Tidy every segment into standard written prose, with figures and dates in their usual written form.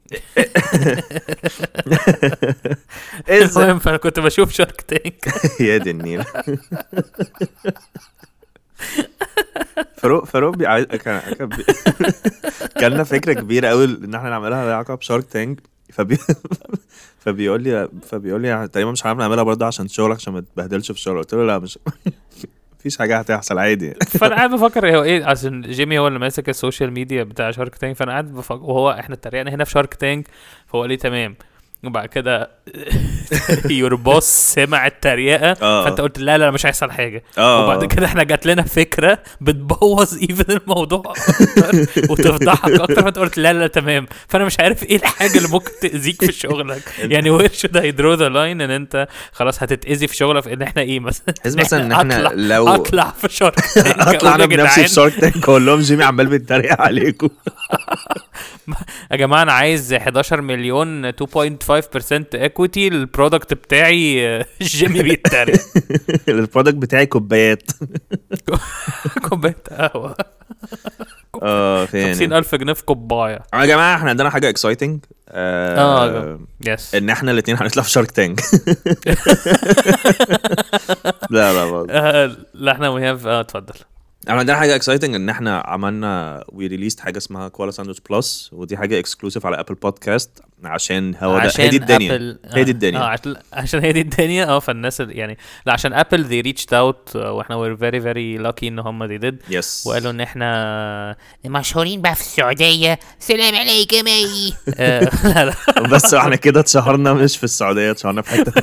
المهم فانا كنت بشوف شارك تانك. يا دي النيل. فاروق كان لنا فكره كبيره قوي ان احنا نعملها لها علاقه بشارك تانك. فبيقول لي تقريبا مش عارف نعملها برضه عشان شغلك، عشان ما تبهدلش في الشغل. قلت له لا مش مفيش حاجه هتحصل عادي. فانا قاعد بفكر هو ايه، عشان جيمي هو اللي ماسك السوشيال ميديا بتاع شارك تانك. فانا قاعد بفكر وهو احنا اتريقنا هنا في شارك تانك، فهو قال لي تمام. وبعد كده يور بوس سمع التريقه، فانت قلت لا لا مش هيحصل حاجه. وبعد كده احنا جات لنا فكره بتبوظ ايفن الموضوع اكتر وتفضحك اكتر، فانت قلت لا لا تمام. فانا مش عارف ايه الحاجه اللي ممكن تاذيك في شغلك يعني. وير شود اي درو ذا لاين ان انت خلاص هتتاذي في شغلك، ان احنا ايه مثلا ان احنا لو اطلع في شارك اطلع انا بنفسي في شارك تانك اقول لهم جيمي عمال بيتريق عليكم. يا جماعه انا عايز 11 مليون 2.5% equity. البرودكت بتاعي جيمي بيتريق. البرودكت بتاعي كوبايات. كوبايات قهوه. 50,000 جنيه في كوبايه. يا جماعه احنا عندنا حاجه اكسايتنج. يس ان احنا الاثنين هنطلع في شارك تانك. لا احنا وي هاف اتفضل. احنا عندنا حاجه اكسايتنج ان احنا عملنا وي ريليست حاجه اسمها كوالا ساندويتش بلس، ودي حاجه اكسكلوسيف على ابل بودكاست عشان هو ده هي دي الدنيا. هي دي الدنيا عشان هي دي الدنيا. فالناس يعني لا عشان ابل they reached out واحنا we're very very lucky ان هم they did. yes. وقالوا ان احنا مشهورين بقى في السعوديه. سلام عليكم اي. لا لا بس احنا كده اتشهرنا مش في السعوديه، اتشهرنا في حته.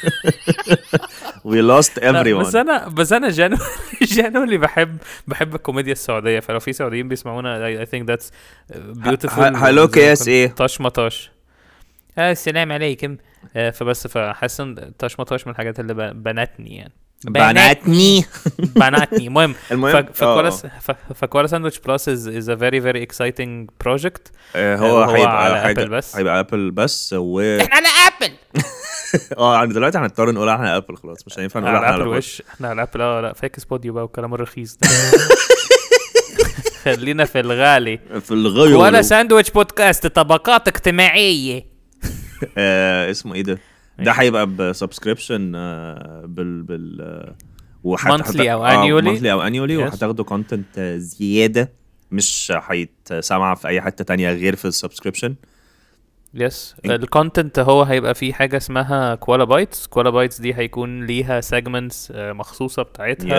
we lost everyone. بس انا جانولي بحب الكوميديا السعوديه. فلو في سعوديين بيسمعونا I think that's beautiful. هلو كيس ايه طاش مطاش. السلام عليكم. فبس فحسن طاش مطاش من الحاجات اللي بناتني يعني بناتني. المهم فكوالا ساندويتش بلس is a very very exciting project. هو هيبقى على ابل بس. هيبقى ابل بس احنا على ابل. يعني دلوقتي هنضطر نقول احنا ابل خلاص، مش هينفع نقول احنا ابل. احنا على ابل. لا فاكس بوديو بقى والكلام الرخيص ده. خلينا في الغالي. ولا ساندويتش بودكاست طبقات اجتماعيه. اسمه ايه ده هيبقى بسبسكريبشن مونثلي او انيولي وهتاخدوا كونتنت زياده مش هيتسمع في اي حته تانية غير في السبسكريبشن. يس الكونتنت هو هيبقى فيه حاجه اسمها كوالا بايتس دي هيكون ليها سيجمنتس مخصوصه بتاعتها.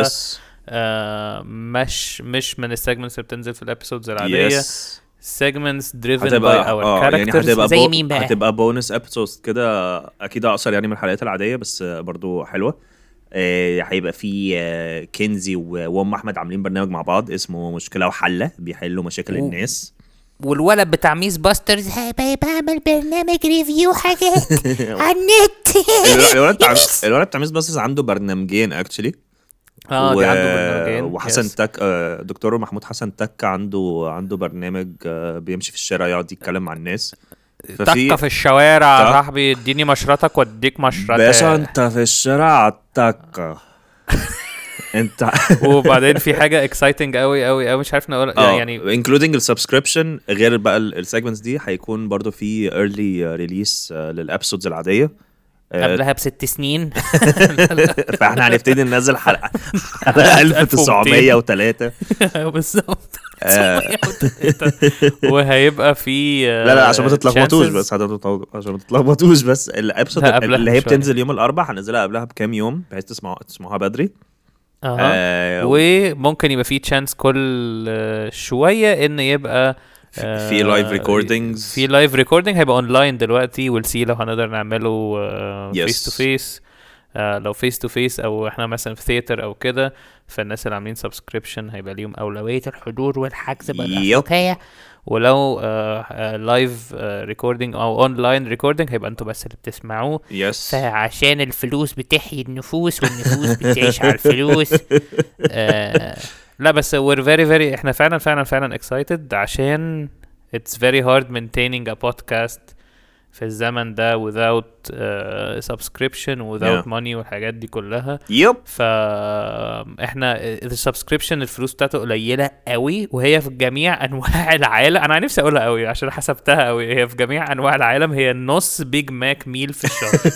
مش من السيجمنتس اللي بتنزل في الابيسودز العاديه. segments driven by our characters. يعني زي مين بقى؟ هتبقى بونس ابيسودز كده اكيد اقصر يعني من الحلقات العاديه، بس برضو حلوه. هيبقى في كنزي وام احمد عاملين برنامج مع بعض اسمه مشكله وحله، بيحلوا مشاكل الناس. والولد بتاع ميس باسترز بعمل برنامج ريفيو حاجات على النت. الولد بتاع ميس باسترز عنده برنامجين اكشلي. دي عنده برنامجين. وحسن تك دكتور محمود حسن تك عنده برنامج بيمشي في الشارع يقعد يتكلم مع الناس. تكه في الشوارع يا صاحبي، اديني مشرطك واديك مشرطك. باشا انت في الشارع تكه. انت وبعدين في حاجه اكسايتنج قوي مش عارف نقول يعني including السبسكريبشن غير بقى السيجمنتس دي هيكون برضو في early release للابسودز العاديه قبلها ب6 سنين. فاحنا هنبتدي ننزل حلقه 1903 بالظبط. وهيبقى في لا عشان ما تتلخبطوش بس الابسود اللي هي بتنزل يوم الاربعاء هنزلها قبلها بكام يوم بحيث تسمعوها بدري. وممكن يبقى في تشانس كل شويه ان يبقى في لايف ريكوردينجز. في لايف ريكوردينج هيبقى اونلاين دلوقتي، والسي لو هنقدر نعمله فيس تو فيس. لو فيس تو فيس او احنا مثلا في ثياتر او كده، فالناس اللي عاملين سبسكريبشن هيبقى ليهم اولويه الحضور والحجز بالافكيه. ولو لايف ريكوردينج او اونلاين ريكوردينج هيبقى انتوا بس اللي بتسمعوه. فعشان الفلوس بتحيي النفوس والنفوس بتعيش على الفلوس. لا بس we're very very احنا فعلا excited عشان it's very hard maintaining a podcast في الزمن ده without subscription without Yeah. money والحاجات دي كلها. يب. فاحنا السبسكريبشن الفلوس بتاعته قليله قوي، وهي في جميع انواع العالم. انا نفسي اقولها قوي عشان حسبتها قوي، هي في جميع انواع العالم هي نص بيج ماك ميل في الشهر.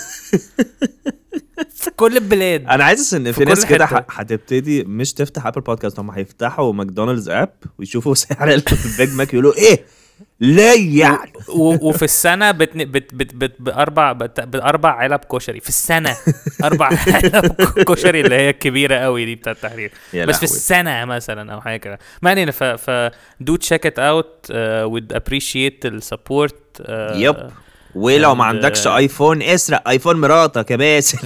في كل البلاد. انا عايز ان في كل ناس كده حتة. هتبتدي مش تفتح ابل بودكاست، هم هيفتحوا ماكدونالدز اب ويشوفوا سعر البيج ماك يقولوا ايه لا يعني. وفي السنه باربع علب كشري في السنه. 4 علب كشري اللي هي الكبيره قوي دي بتاع التحرير، يا بس في لهوي. السنه مثلا او حاجه كده. ما علينا. ف do check it out with appreciate السبورت. يب. ولو ما عندكش ايفون اسرق ايفون مراتك يا باسل.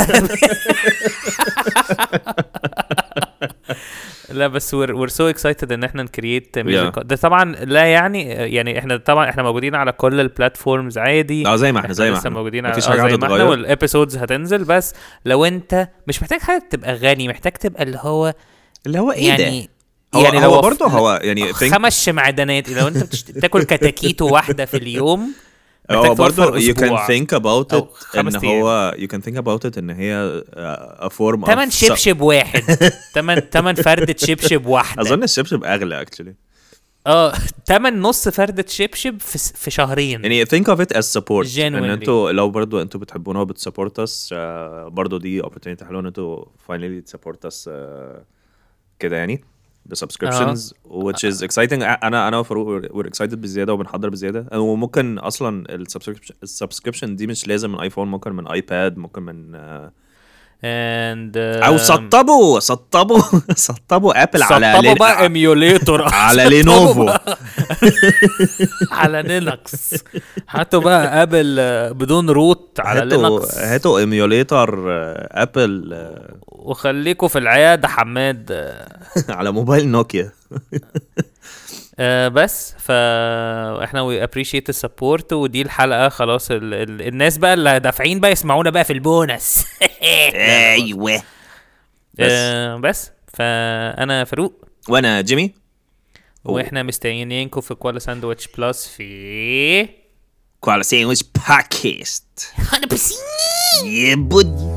لا بس we're so excited ان احنا نكريت ميوزك. ده طبعا لا يعني احنا طبعا احنا موجودين على كل البلاتفورمز عادي. زي ما احنا لسه احنا موجودين مفيش على حاجه زي ما احنا، هتتغير. والابيسودز هتنزل. بس لو انت مش محتاج حاجه تبقى غني، محتاج تبقى اللي هو ايه يعني ده يعني هو لو برضه هو يعني 5 معدنات. لو انت بتاكل كتاكيتو واحده في اليوم هو برضه you can أسبوع. think about أو it 5 ان أيام. هو you can think about it ان هي a form of 8 شبشب واحد. 8 فردة شبشب واحده. اظن الشبشب اغلى actually. 8 نص فردة شبشب في شهرين. يعني think of it as support. Genuinely. ان انتوا لو برضو انتوا بتحبونا وبتسبورت us برضو دي opportunity حلوه ان انتوا finally تسبورت us كده يعني the subscriptions which is exciting. انا وفاروق we're excited بزياده وبنحضر بزياده. وممكن اصلا السبسكريبشن دي مش لازم من ايفون، ممكن من ايباد، ممكن من او سطبوا ابل سطبوا بقى ايميوليتور على لينوفو على لينكس. هاتوا بقى ابل بدون روت على لينكس. هاتوا ايميوليتور ابل وخليكوا في العياده حماد على موبايل نوكيا. بس فاحنا we appreciate the support. ودي الحلقه خلاص. الناس بقى اللي دافعين بقى يسمعونا بقى في البونس. ايوه. بس فانا فاروق وانا جيمي، واحنا مستنيينكم في كوالا ساندويتش بلس في كوالا ساندويتش بودكاست. انا بس يا بود.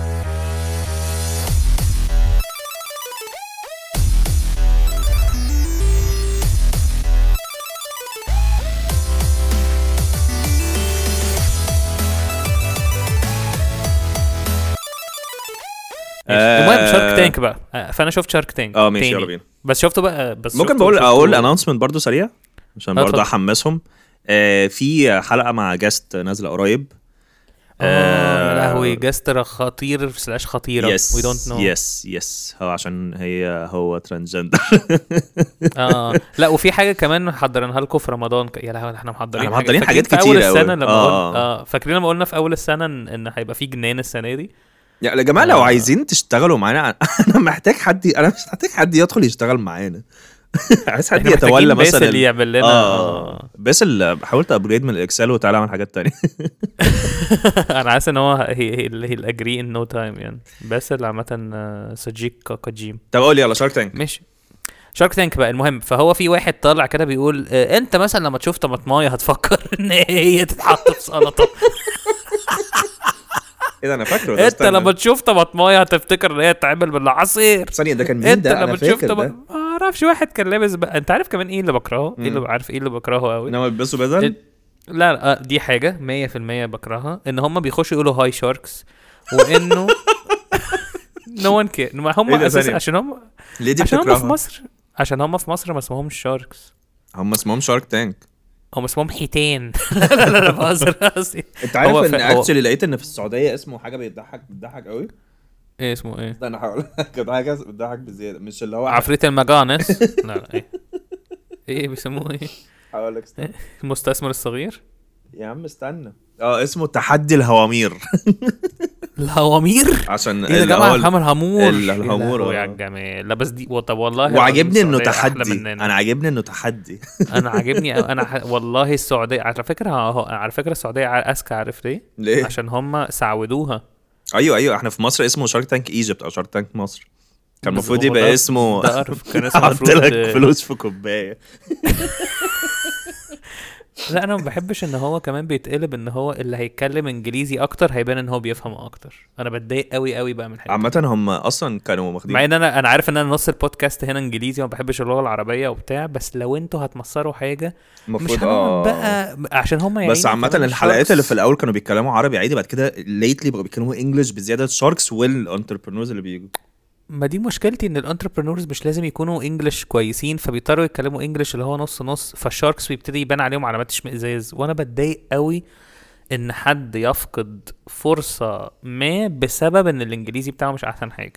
المهم شارك تانك بقى. فانا شفت شارك تانك ماشي يلا بينا. بس شفته بقى. بس ممكن اقول اناونسمنت برضو سريع عشان برضو احمسهم. في حلقه مع جاست نازله قريب. يا لهوي جاست خطير سلاش خطيره. we don't know. يس هو عشان هو ترانسجندر. لا وفي حاجه كمان محضرينها لكم في رمضان. يا لهوي احنا محضرين حاجات كتير في اول السنه قوي. لما فاكرين لما قلنا في اول السنه ان هيبقى في جنان السنه دي. يا جماعه لو عايزين تشتغلوا معانا انا مش محتاج حد يدخل يشتغل معانا. عايز حد يتولى مثلا باسل يعمل لنا. باسل حاولت ابجريد من الاكسل وتعالى اعمل حاجات تانية. انا عايز ان هو هي الاجري ان نو تايم يعني. باسل عامه سجيك كاجيم. طب قول لي يلا شارك تانك. ماشي شارك تانك بقى. المهم فهو في واحد طالع كده بيقول انت مثلا لما تشوف طماطمايه هتفكر ان هي تتحط في سلطه. ايه ده انا فاكره. انت لما تشوف طماطمايه هتفتكر ان هي تتعمل بالعصير. ثانيه ده كان مين ده؟ لما تشوف ما اعرفش واحد كان لابس بقى. انت عارف كمان ايه اللي بكرهه؟ ايه اللي عارف ايه اللي بكرهه قوي؟ انما بيلبسوا بدل. لا دي حاجه 100% بكرهها. ان هم بيخشوا يقولوا هاي شاركس وانه نو وان كير. ما هم اساسا عشان هم في مصر. عشان هم في مصر ما اسمهمش شاركس. هم اسمهم شارك تانك. هم اسمهم حيتان. لا بهزر. انت عارف ان اكشلي لقيت ان في السعوديه اسمه حاجه بيضحك قوي. ايه اسمه ايه؟ انا هقول لك حاجه بتضحك بزياده مش اللي هو عفريت المجانس. لا ايه بيسموه ايه؟ هقول لك المستثمر الصغير. يا عم استنى. اسمه تحدي الهوامير. الهوامير عشان ايه يا جماعه الهامور. الهامور يا جماعه. لا بس دي طب والله وعجبني انه تحدي. انا عاجبني انه تحدي. انا عاجبني والله السعوديه على فكره السعوديه اذكى. عارف ليه؟ عشان هم سعودوها. ايوه احنا في مصر اسمه شارك تانك ايجيبت او شارك تانك مصر. كان المفروض يبقى اسمه كان اسمه حط لك فلوس في كوبايه. لا انا ما بحبش ان هو كمان بيتقلب ان هو اللي هيتكلم انجليزي اكتر هيبان ان هو بيفهم اكتر. انا بتضايق قوي قوي بقى من الحاجه دي. عامة هم اصلا كانوا مع واخدين ان انا عارف ان انا نص البودكاست هنا انجليزي وما بحبش اللغه العربيه وبتاع، بس لو انتوا هتمصروا حاجه مش المفروض هنقعد بقى عشان هم بس عامة الحلقات اللي في الاول كانوا بيتكلموا عربي عادي، بعد كده ليتلي بقوا بيتكلموا انجلش بزيادة. شاركس والانتربرنورز اللي بيجوا. ما دي مشكلتي ان الانتربرنورز مش لازم يكونوا انجلش كويسين، فبيضطروا يتكلموا انجلش اللي هو نص نص، فالشاركس بيبتدي يبان عليهم علامات اشمئزاز، وانا بتضايق قوي ان حد يفقد فرصة ما بسبب ان الانجليزي بتاعه مش احسن حاجة.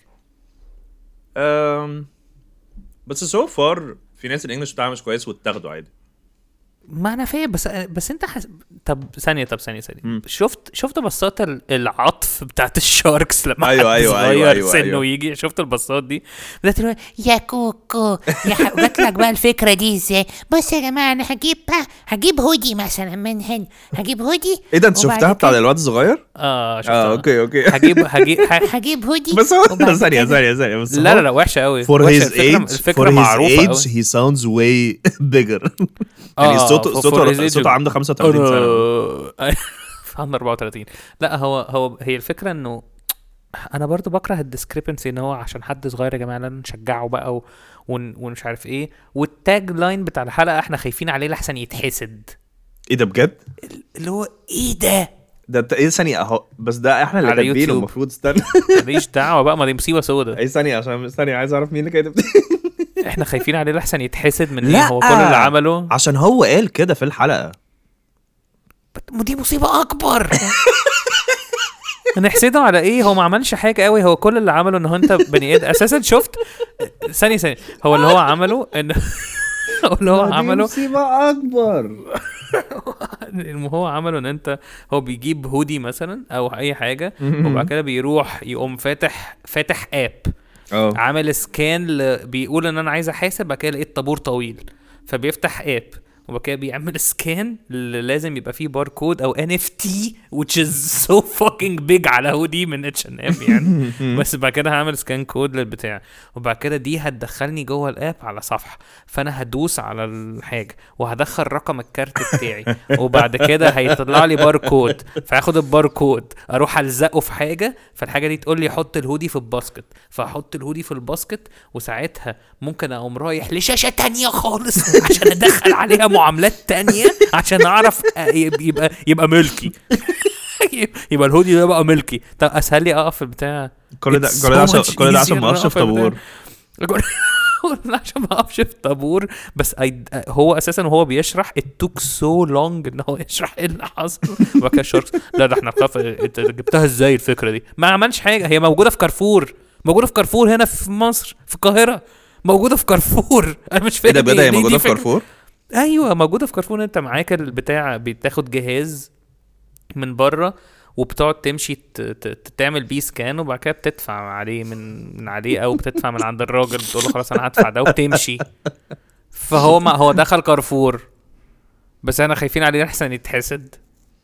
بس سو فار في ناس الانجلش بتاعها مش كويس واتاخدوا عادي. ما انا فاهم، بس انت طب ثانية مم. شفت بصات العطف بتاعت الشاركس لما أيوة، حد أيوة، صغير أيوة، أيوة، سنه أيوة. يجي، شفت البصات دي بدأت اللي هو يا كوكو جات لك بقى الفكرة دي ازاي؟ بص يا جماعة انا هجيب هودي مثلا من هنا، هجيب هودي. ايه ده انت شفتها بتاع الواد الصغير؟ شفتها. اوكي هجيب هودي. بس هو ثانية بس لا وحشة قوي. for his الفكرة age معروفة قوي. he sounds way bigger. يعني صوته عنده 35 سنة. عنده 34. لا هي الفكرة انه انا برضو بكره الديسكريبنسي ان هو عشان حد صغير يا جماعة لازم نشجعه بقى ومش عارف ايه، والتاج لاين بتاع الحلقة احنا خايفين عليه لحسن يتحسد. ايه ده بجد؟ اللي هو ايه ده ايه ثانية اهو، بس ده احنا اللي كاتبينه المفروض. استنى ماليش دعوة بقى، ما دي مصيبة سودة. اي ثانية عشان ثانية عايز اعرف مين اللي كاتب. احنا خايفين عليه لحسن يتحسد من ايه هو كل اللي عمله عشان هو قال كده في الحلقة. دي مصيبة اكبر. نحسده على ايه؟ هو ما عملش حاجة قوي، هو كل اللي عمله ان هو انت بني ادم اساسا. شفت ثانية هو اللي هو عمله ان اللي هو عمله مصيبة اكبر. هو عمله ان انت هو بيجيب هودي مثلا او اي حاجة وبعد كده بيروح يقوم فاتح اب عامل سكان بيقول ان انا عايز احاسب، بعد كده لقيت طابور طويل فبيفتح اب وبعد كده بيعمل سكان اللي لازم يبقى فيه باركود او NFT which is so fucking big على هودي من H&M يعني. بس بعد كده هعمل سكان كود للبتاع وبعد كده دي هتدخلني جوه الاب على صفحة، فانا هدوس على الحاجة وهدخل رقم الكارت بتاعي وبعد كده هيطلع لي باركود، فاخد الباركود اروح الزقه في حاجة، فالحاجة دي تقول لي حط الهودي في الباسكت، فاحط الهودي في الباسكت وساعتها ممكن اقوم رايح لشاشة تانية خالص عشان ادخل عليها معاملات تانية عشان اعرف يبقى ملكي. يبقى الهودي ده بقى ملكي. طب اسهل لي اقف بتاع كل ده عشان ما اقفش في طابور. عشان ما اقفش في طابور. بس هو اساسا وهو بيشرح it took so long ان هو يشرح ايه اللي حصل. وبعد كده الشخص لا ده احنا انت جبتها ازاي الفكرة دي؟ ما عملش حاجة، هي موجودة في كارفور هنا في مصر في القاهرة، موجودة في كارفور. انا مش فاهم ايه ده بجد، هي موجودة في كارفور؟ ايوه موجوده في كارفور. انت معاك البتاع بتاخد جهاز من بره وبتقعد تمشي تعمل بيه سكان وبعد كده بتدفع عليه من عليه او بتدفع من عند الراجل بتقول له خلاص انا هدفع ده وبتمشي. فهو ما هو دخل كارفور بس انا خايفين عليه احسن يتحسد.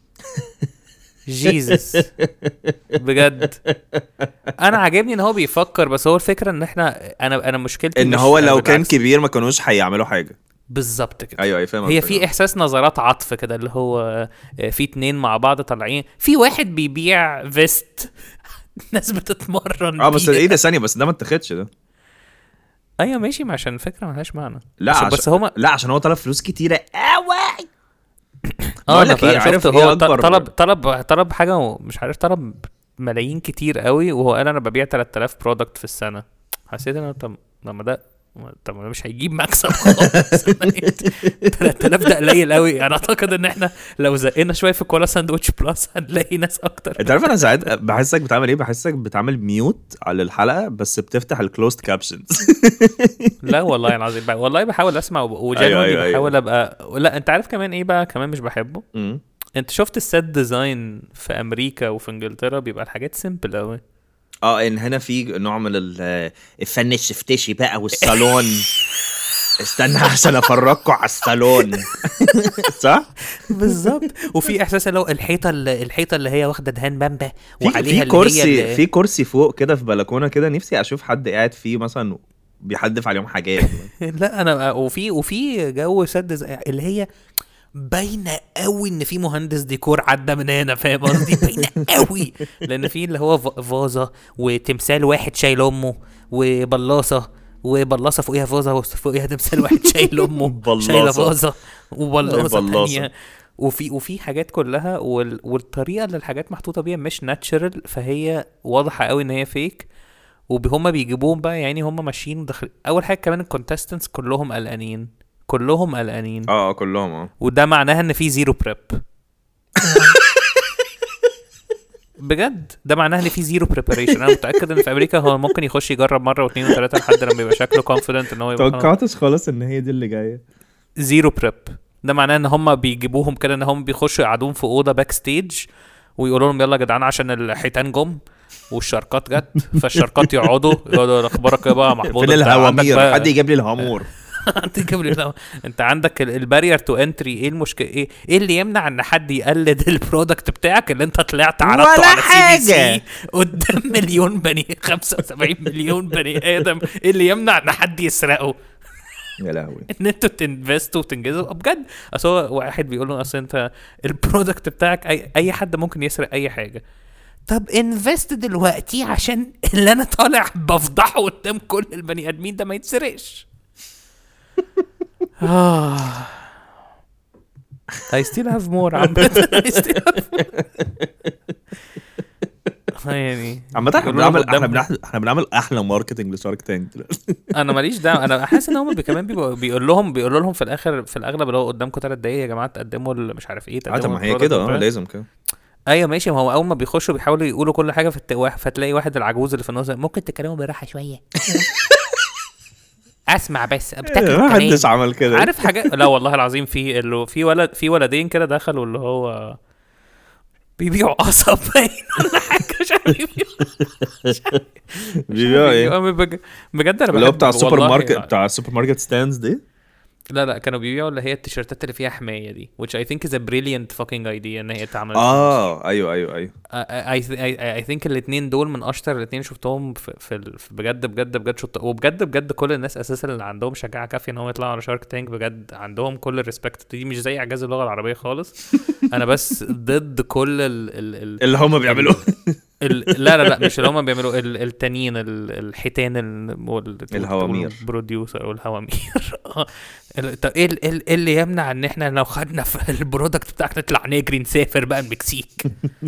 جيزس بجد. انا عاجبني ان هو بيفكر، بس هو الفكره ان احنا انا مشكلتي ان هو لو كان كبير ما كانوش هيعملوا حاجه. بالظبط كده. ايوه فاهم. هي في احساس نظرات عطف كده اللي هو في اتنين مع بعض طالعين، في واحد بيبيع فيست ناس بتتمرن بس ايه ده ثانيه، بس ده ما اتخدش ده. ايوه ماشي، ما عشان الفكره ما لهاش معنى. لا بس هما لا عشان هو طلب فلوس كتيره قوي. انا عرفت هو طلب حاجه مش عارف، طلب ملايين كتير قوي وهو قال انا ببيع 3000 برودكت في السنه. حسيت ان طب لما ده طب مش هيجيب مكسب خالص. 3000 ده قليل قوي. انا اعتقد ان احنا لو زقنا شويه في كولا ساندويتش بلس هنلاقي ناس اكتر. انت عارف انا ساعات بحسك بتعمل ايه؟ بحسك بتعمل ميوت على الحلقه بس بتفتح الكلوزد كابشنز. لا والله العظيم والله بحاول اسمع وجانولي بحاول ابقى. لا انت عارف كمان ايه بقى كمان مش بحبه؟ انت شفت السيت ديزاين في امريكا وفي انجلترا بيبقى الحاجات سيمبل قوي. ان هنا في نوع من الفن الشفتشي بقى والصالون. استنى عشان افرجكوا على الصالون. صح بالظبط. وفي احساس اللي هو الحيطه اللي هي واخده دهان بامبا وعليها في كرسي فوق كده في بلكونه كده، نفسي اشوف حد قاعد فيه مثلا بيحدف عليهم حاجات. لا انا وفي جو سد اللي هي باينه قوي ان في مهندس ديكور عدى من هنا، فاهم قصدي؟ باينه قوي، لان في اللي هو فازه وتمثال واحد شايل امه وبلاصه فوقيها فازه وفوقيها تمثال واحد شايل امه شايله فازه وبلاصه تانية، وفي حاجات كلها والطريقه اللي الحاجات محطوطه بيها مش ناتشرال، فهي واضحه قوي ان هي فيك. وهم بيجيبوهم بقى يعني هم ماشيين وداخل. اول حاجه كمان الكونتستنتس كلهم قلقانين كلهم. كلهم وده معناها ان في زيرو بريب. بجد ده معناها ان في زيرو بريباريشن. انا متاكد ان في امريكا هو ممكن يخش يجرب مره واثنين وثلاثه لحد لما يبقى شكله كونفيدنت ان هو يبقى توقعتش خلاص ان هي دي اللي جايه. زيرو بريب ده معناه ان هم بيجيبوهم كده، ان هم بيخشوا يقعدون في اوضه باك ستيج ويقولوا لهم يلا يا جدعان عشان الحيتان جم والشركات جت، فالشركات يقعدوا اخبارك ايه بقى محمود؟ فين الهوامير؟ حد يجيب لي الهامور. انت عندك البارير تو انتري. ايه المشكله؟ ايه اللي يمنع ان حد يقلد البرودكت بتاعك اللي انت طلعت عرضته على CBC قدام 75 مليون بني ادم؟ ايه اللي يمنع ان حد يسرقه؟ يا لهوي، ان انتوا تنفستوا وتنجزوا بجد. اصل هو واحد بيقول له اصل انت البرودكت بتاعك اي حد ممكن يسرق اي حاجه. طب انفست دلوقتي عشان اللي انا طالع بفضحه قدام كل البني ادمين ده ما يتسرقش. I still have more. يعني احنا بنعمل احلى ماركتنج لشارك تانك. انا ماليش دعوه. انا حاسس ان هم كمان بيقولوا لهم في الاخر في الاغلب اللي هو قدامكم 3 دقايق يا جماعه تقدموا مش عارف ايه تقدموا. ما هي كده لازم كده. ايوه ماشي. ما هو اول ما بيخشوا بيحاولوا يقولوا كل حاجه فتلاقي واحد العجوز اللي في النص ممكن تتكلموا براحه شويه. اسمع بس بتاكل. محدش عمل كده. عارف حاجه؟ لا والله العظيم في ولدين كده دخلوا اللي هو بيبيعوا قصب باين ولا حاجه مش عارف بيبيعوا ايه بجد. انا اللي هو بتاع السوبر ماركت ستاندز دي. لا كانوا بيبيعوا اللي هي التيشيرتات اللي فيها حمايه دي which I think is a brilliant fucking idea ان هي تعمل. ايوه I think الاثنين دول من اشطر الاثنين شفتهم في بجد وبجد كل الناس اساسا اللي عندهم شجاعه كافيه ان هم يطلعوا على شارك تانك بجد عندهم كل الريسبكت. دي مش زي اعجاز اللغه العربيه خالص. انا بس ضد كل اللي هم بيعملوه. لا مش اللي هم بيعملوا التانيين الحيتان الهوامير بروديوسر والهوامير. طب ايه اللي يمنع ان احنا لو خدنا في البرودكت بتاعك نطلع نجري نسافر بقى المكسيك؟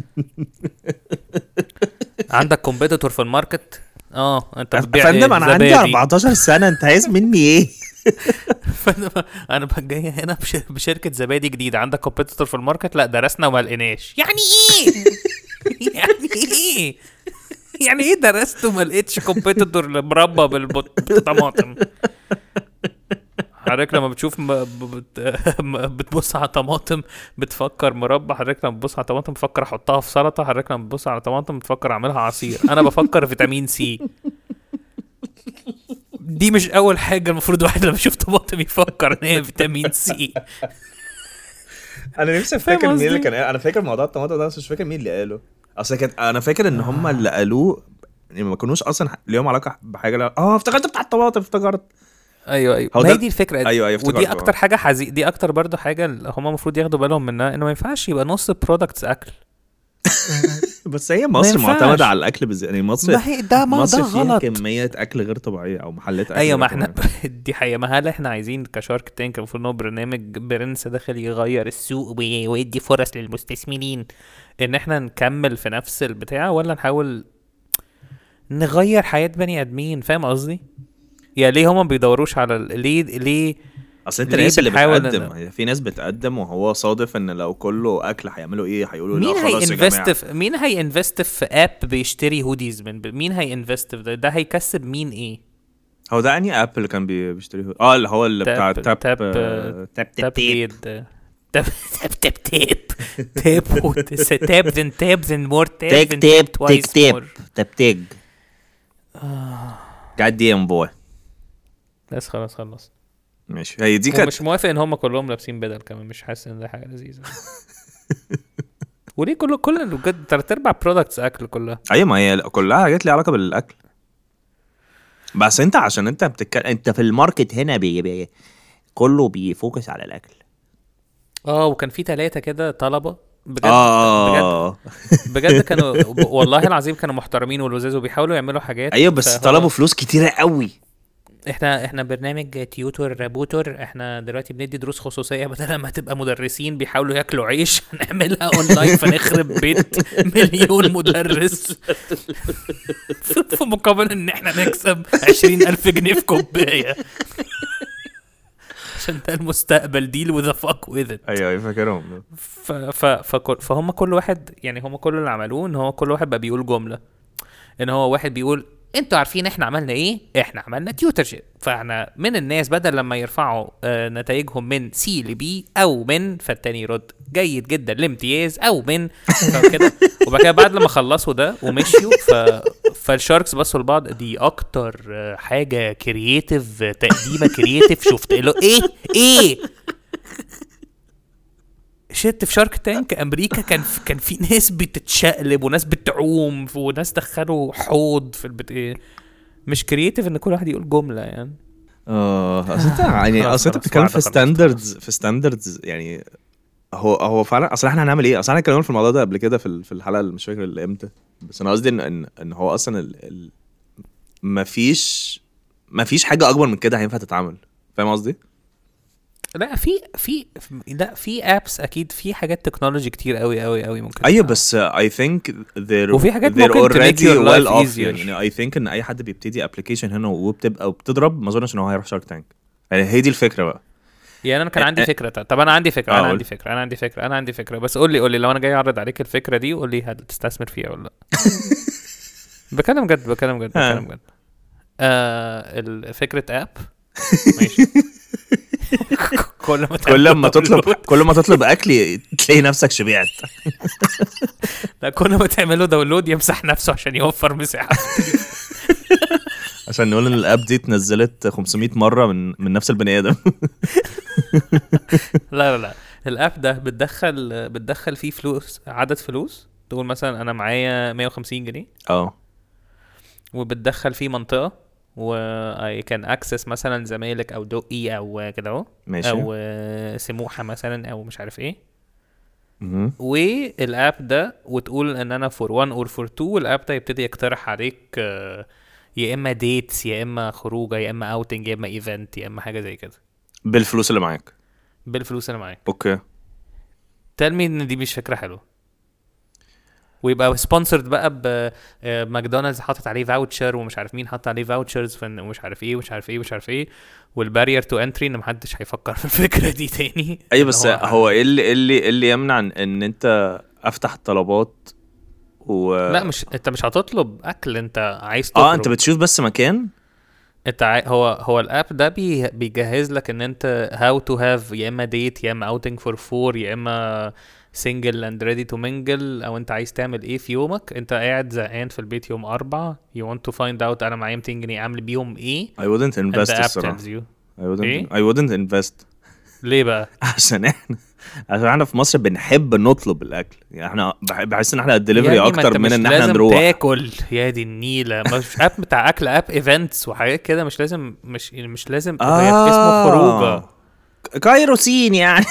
عندك كومبيتيتور في الماركت. انت بتبيع فندم انا عندي 14 سنه انت عايز مني ايه؟ انا جاي هنا بشركه زبادي جديده. عندك كومبيتيتور في الماركت؟ لا درسنا وما لقيناش. يعني ايه يعني ايه درست وما لقيتش كومبيتيتور لمربى بالطماطم؟ حضرتك لما بتشوف بتبص على طماطم بتفكر مربى، حضرتك لما بتبص على طماطم بتفكر احطها في سلطه، حضرتك لما بتبص على طماطم بتفكر اعملها عصير. انا بفكر فيتامين سي. دي مش اول حاجه المفروض واحد لما يشوف طماطم يفكر ان هي فيتامين سي. انا نفسي افتكر مين اللي كان. انا فاكر موضوع الطماطم ده بس مش فاكر مين اللي قاله. اصل كانت انا فاكر ان هم اللي قالوه يعني ما كانوش اصلا ليهم علاقه بحاجه. افتكرت بتاع الطماطم افتكرت. ايوه ما هي دي الفكره. أيوة ودي اكتر حاجه دي اكتر برضو حاجه هم المفروض ياخدوا بالهم منها، انه ما ينفعش يبقى نص برودكتس اكل. بس هي مصر معتمده على الاكل يعني مصر ما هي ده مصر فيها غلط. كميه اكل غير طبيعيه او محلات اكل. ايوه ما احنا دي حقيقه. ما هل احنا عايزين كشارك تانك المفروض انه برنامج برنس داخل يغير السوق ويدي فرص للمستثمرين ان احنا نكمل في نفس البتاع، ولا نحاول نغير حياه بني ادمين؟ فاهم قصدي؟ يا ليه هما بيدوروش على ليه اصل انت الناس اللي بتقدم في ناس بتقدم وهو صادف ان لو كله اكل هيعملوا ايه؟ هيقولوا لا خلاص يا جماعه. مين هي انفست في اب بيشتري هوديز مين هي انفست في ده هيكسب مين ايه؟ هو ده اني اب اللي كان بيشتري اللي هو اللي بتاع تاب قاعد دي ام بوي. بس خلاص ماشي. هي دي كانت مش موافق ان هم كلهم لابسين بدل كمان. مش حاسس ان ده حاجه لذيذه. وليه كل بجد 3/4 برودكتس اكل كلها. ايوه ما هي كلها حاجات ليها علاقه بالاكل. بس انت عشان انت في الماركت هنا كله بيفوكس على الاكل. وكان في 3 كده طلبه بجد. بجد اه بجد كانوا والله العظيم كانوا محترمين ولذاذ وبيحاولوا يعملوا حاجات. ايوه بس طلبوا فلوس كتيره قوي. احنا برنامج تيوتور بوتور، احنا دلوقتي بندي دروس خصوصيه بدل ما تبقى مدرسين بيحاولوا ياكلوا عيش هنعملها اونلاين فنخرب بيت مليون مدرس في مقابل ان احنا نكسب 20,000 جنيه في كوبايه عشان ده المستقبل. ديل وذ فاك وذ ات. ايوه فاكرهم. فهم كل واحد يعني هم كل اللي عملوه ان هو كل واحد بقى بيقول جمله، ان هو واحد بيقول انتوا عارفين احنا عملنا ايه؟ احنا عملنا تيوترشيب. فاحنا من الناس بدل لما يرفعوا نتائجهم من سي لبي او من، فالتاني يرد جيد جدا لامتياز او من كده. وبعد كده بعد لما خلصوا ده ومشيوا فالشاركس بصوا لبعض، دي اكتر حاجه كرييتيف، تقديمه كرييتيف شفت له ايه شت في شارك تانك امريكا. كان في ناس بتتشقلب وناس بتعوم وناس دخلوا حوض في البيت. ايه مش كرييتيف ان كل واحد يقول جمله يعني. اصل انت يعني اصل انت بتتكلم في ستاندردز يعني. هو فعلا اصل احنا هنعمل ايه؟ اصل احنا اتكلمنا في الموضوع ده قبل كده في الحلقه اللي مش فاكر اللي امتى، بس انا قصدي ان هو اصلا مفيش حاجه اكبر من كده هينفع تتعمل. فاهم قصدي؟ لا في ابس اكيد، في حاجات تكنولوجي كتير قوي ممكن. ايوه بس I think وفي حاجات they're ممكن to make already your life well off easier. يعني. I think ان اي حد بيبتدي ابلكيشن هنا وبتضرب ما اظنش ان هو هيروح شارك تانك. يعني هي دي الفكره بقى. يعني انا كان عندي فكره. طب انا عندي فكره بس قول لي لو انا جاي اعرض عليك الفكره دي قول لي هتستثمر فيها ولا لا. بكلم جد. فكره اب ماشي. كل ما تطلب اكل تلاقي نفسك شبعت. لا كل ما تعمله داونلود يمسح نفسه عشان يوفر مساحه. عشان نقول ان الاب دي اتنزلت 500 مره من نفس البني ادم. لا الاب ده بتدخل فيه فلوس، عدد فلوس، تقول مثلا انا معايا 150 جنيه وبتدخل فيه منطقه و كان اكسس مثلا زمالك او دقي او كده اهو، او سموحه مثلا او مش عارف ايه. والاب ده وتقول ان انا فور 1 اور فور 2، والاب ده يبتدي يقترح عليك يا اما ديتس يا اما خروجه يا اما اوتنج يا اما ايفنت يا اما حاجه زي كده بالفلوس اللي معاك. اوكي تلمي ان دي مش فكره حلوه. ويبقى سبونسرد بقى بماكدونالدز حاطط عليه فاوتشر ومش عارف مين حاطط عليه فاوتشرز ومش عارف ايه والبارير تو انتري ان محدش هيفكر في الفكره دي تاني. اي بس هو ايه اللي يمنع ان انت افتح الطلبات لا مش انت مش هتطلب اكل، انت عايز تطلب انت بتشوف بس مكان. انت هو الاب ده بيجهز لك ان انت هاو تو هاف يا اما ديت يا اما اوتنج فور 4 يا اما سنجل اند ريدي تو منجل، او انت عايز تعمل ايه في يومك. انت قاعد زهقان في البيت يوم 4 you want to find out انا معايا 200 جنيه اعمل بيهم ايه. I wouldn't invest الصراحه. I wouldn't invest. ليه بقى؟ عشان احنا في مصر بنحب نطلب الاكل يعني. احنا بحس ان احنا الدليفري اكتر من ان احنا نروح تاكل. يا دي النيله مش اب بتاع اكل، اب ايفنتس وحاجات كده. مش لازم اسمه خروجه كايروسين يعني.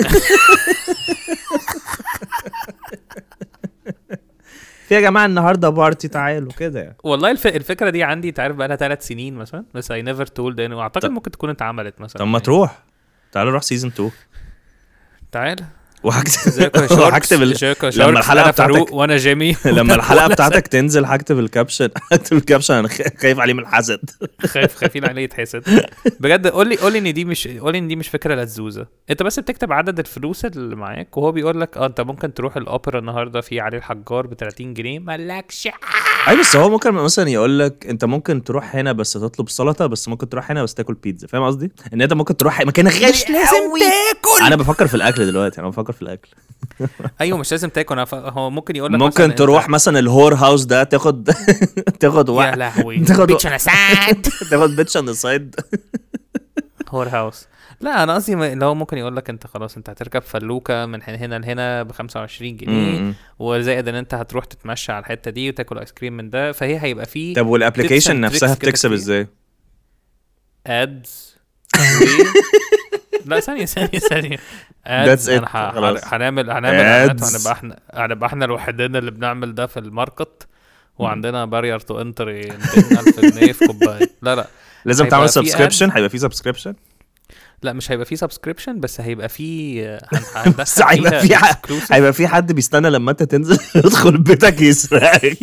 في يا جماعه النهارده بارتي تعالوا كده يعني. والله الفكره دي عندي تعرف بقى لها 3 سنين مثلا، بس I never told انه اعتقد ممكن تكون اتعملت مثلا. طب ما تروح تعالوا نروح سيزون 2 تعال وهكتب لما الحلقه بتاعتك وانا جيمي لما الحلقه بتاعتك تنزل هكتب الكابشن انا خايف عليه من الحسد. خايفين عليه يتحسد بجد. قولي ان دي مش فكره لزوزه. انت بس بتكتب عدد الفلوس اللي معاك وهو بيقول لك انت ممكن تروح الاوبرا النهارده في علي الحجار ب 30 جنيه مالكش. اي بس هو ممكن مثلا يقول لك انت ممكن تروح هنا بس تطلب سلطه، بس ممكن تروح هنا بس تاكل بيتزا. فاهم قصدي؟ ان انت ممكن تروح مكان غالي مش لازم تاكل. انا بفكر في الاكل دلوقتي، في الاكل. ايوه مش لازم تاكل. هو ممكن يقول لك ممكن تروح مثلا الهور هاوس ده تاخد يا لهوي بيتش انا ساعد تاخد بيتش اون سايد هور هاوس. لا انا قصدي لو ممكن يقول لك انت خلاص انت هتركب فلوكه من هنا لهنا ب 25 جنيه وزائد ان انت هتروح تتمشى على الحته دي وتاكل ايس كريم من ده. فهي هيبقى فيه. طب والابلكيشن نفسها بتكسب ازاي؟ ادز لا ثانيه That's it. خلاص. هنعمل اعلانات، Ads. هنبقى احنا الوحيدين اللي بنعمل ده في الماركت، وعندنا بارير تو انتري 200,000 جنيه في كوبايه. لا لازم هيبقى تعمل في سبسكريبشن. هيبقى في سبسكريبشن. لا مش هيبقى فيه سبسكريبشن، بس هيبقى فيه بس هيبقى في حد بيستنى لما انت تنزل يدخل بيتك يسرقك.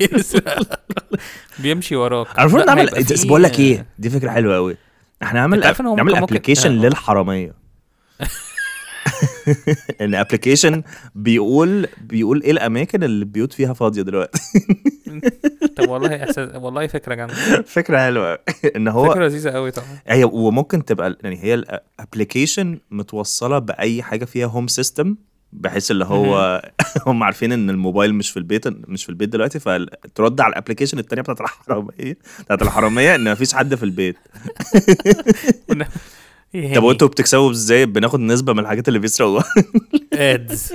بيمشي وراك. عارفين نعمل بقول لك ايه، دي فكره حلوه قوي. احنا نعمل ابلكيشن للحراميه. ان ابلكيشن بيقول ايه الاماكن اللي البيوت فيها فاضيه دلوقتي. طب والله فكره جامده. فكره حلوه. ان هو فكره لذيذه قوي طبعا. هي وممكن تبقى يعني هي الابلكيشن متوصله باي حاجه فيها هوم سيستم، بحيث اللي هو هم عارفين ان الموبايل مش في البيت دلوقتي، فترد على الابلكيشن التانية بتاعت الحراميه ان مفيش حد في البيت. طب وانتوا بتكسبوا ازاي؟ بناخد نسبه من الحاجات اللي بيسرقوها. ادز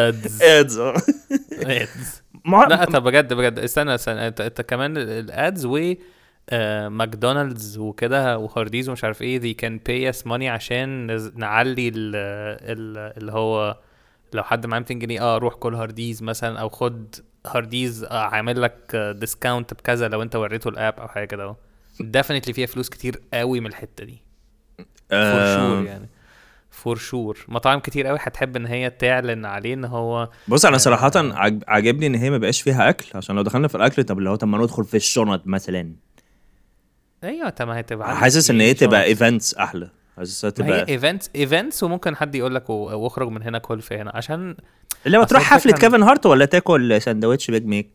لا طب بجد استنى انت كمان الادز و ماكدونالدز وكده وهارديز ومش عارف ايه دي كان pay us money عشان نعلي اللي هو لو حد معاه 200 جنيه روح كل هارديز مثلا، او خد هارديز عامل لك ديسكاونت بكذا لو انت وريته الاب او حاجه كده. definitely فيها فلوس كتير قوي من الحته دي for sure يعني for sure. مطاعم كتير قوي هتحب ان هي تعلن عليه ان هو بص انا صراحه عجبني ان هي ما بقاش فيها اكل، عشان لو دخلنا في الاكل طب اللي هو ما ندخل في الشنط مثلا. ايوه طب ما هتبقى حاسس ان هي تبقى ايفنتس احلى. حاسسها تبقى ايفنتس وممكن حد يقول لك واخرج من هنا كل في هنا، عشان لما تروح حفله كيفن هارت ولا تاكل ساندوتش بيج ميك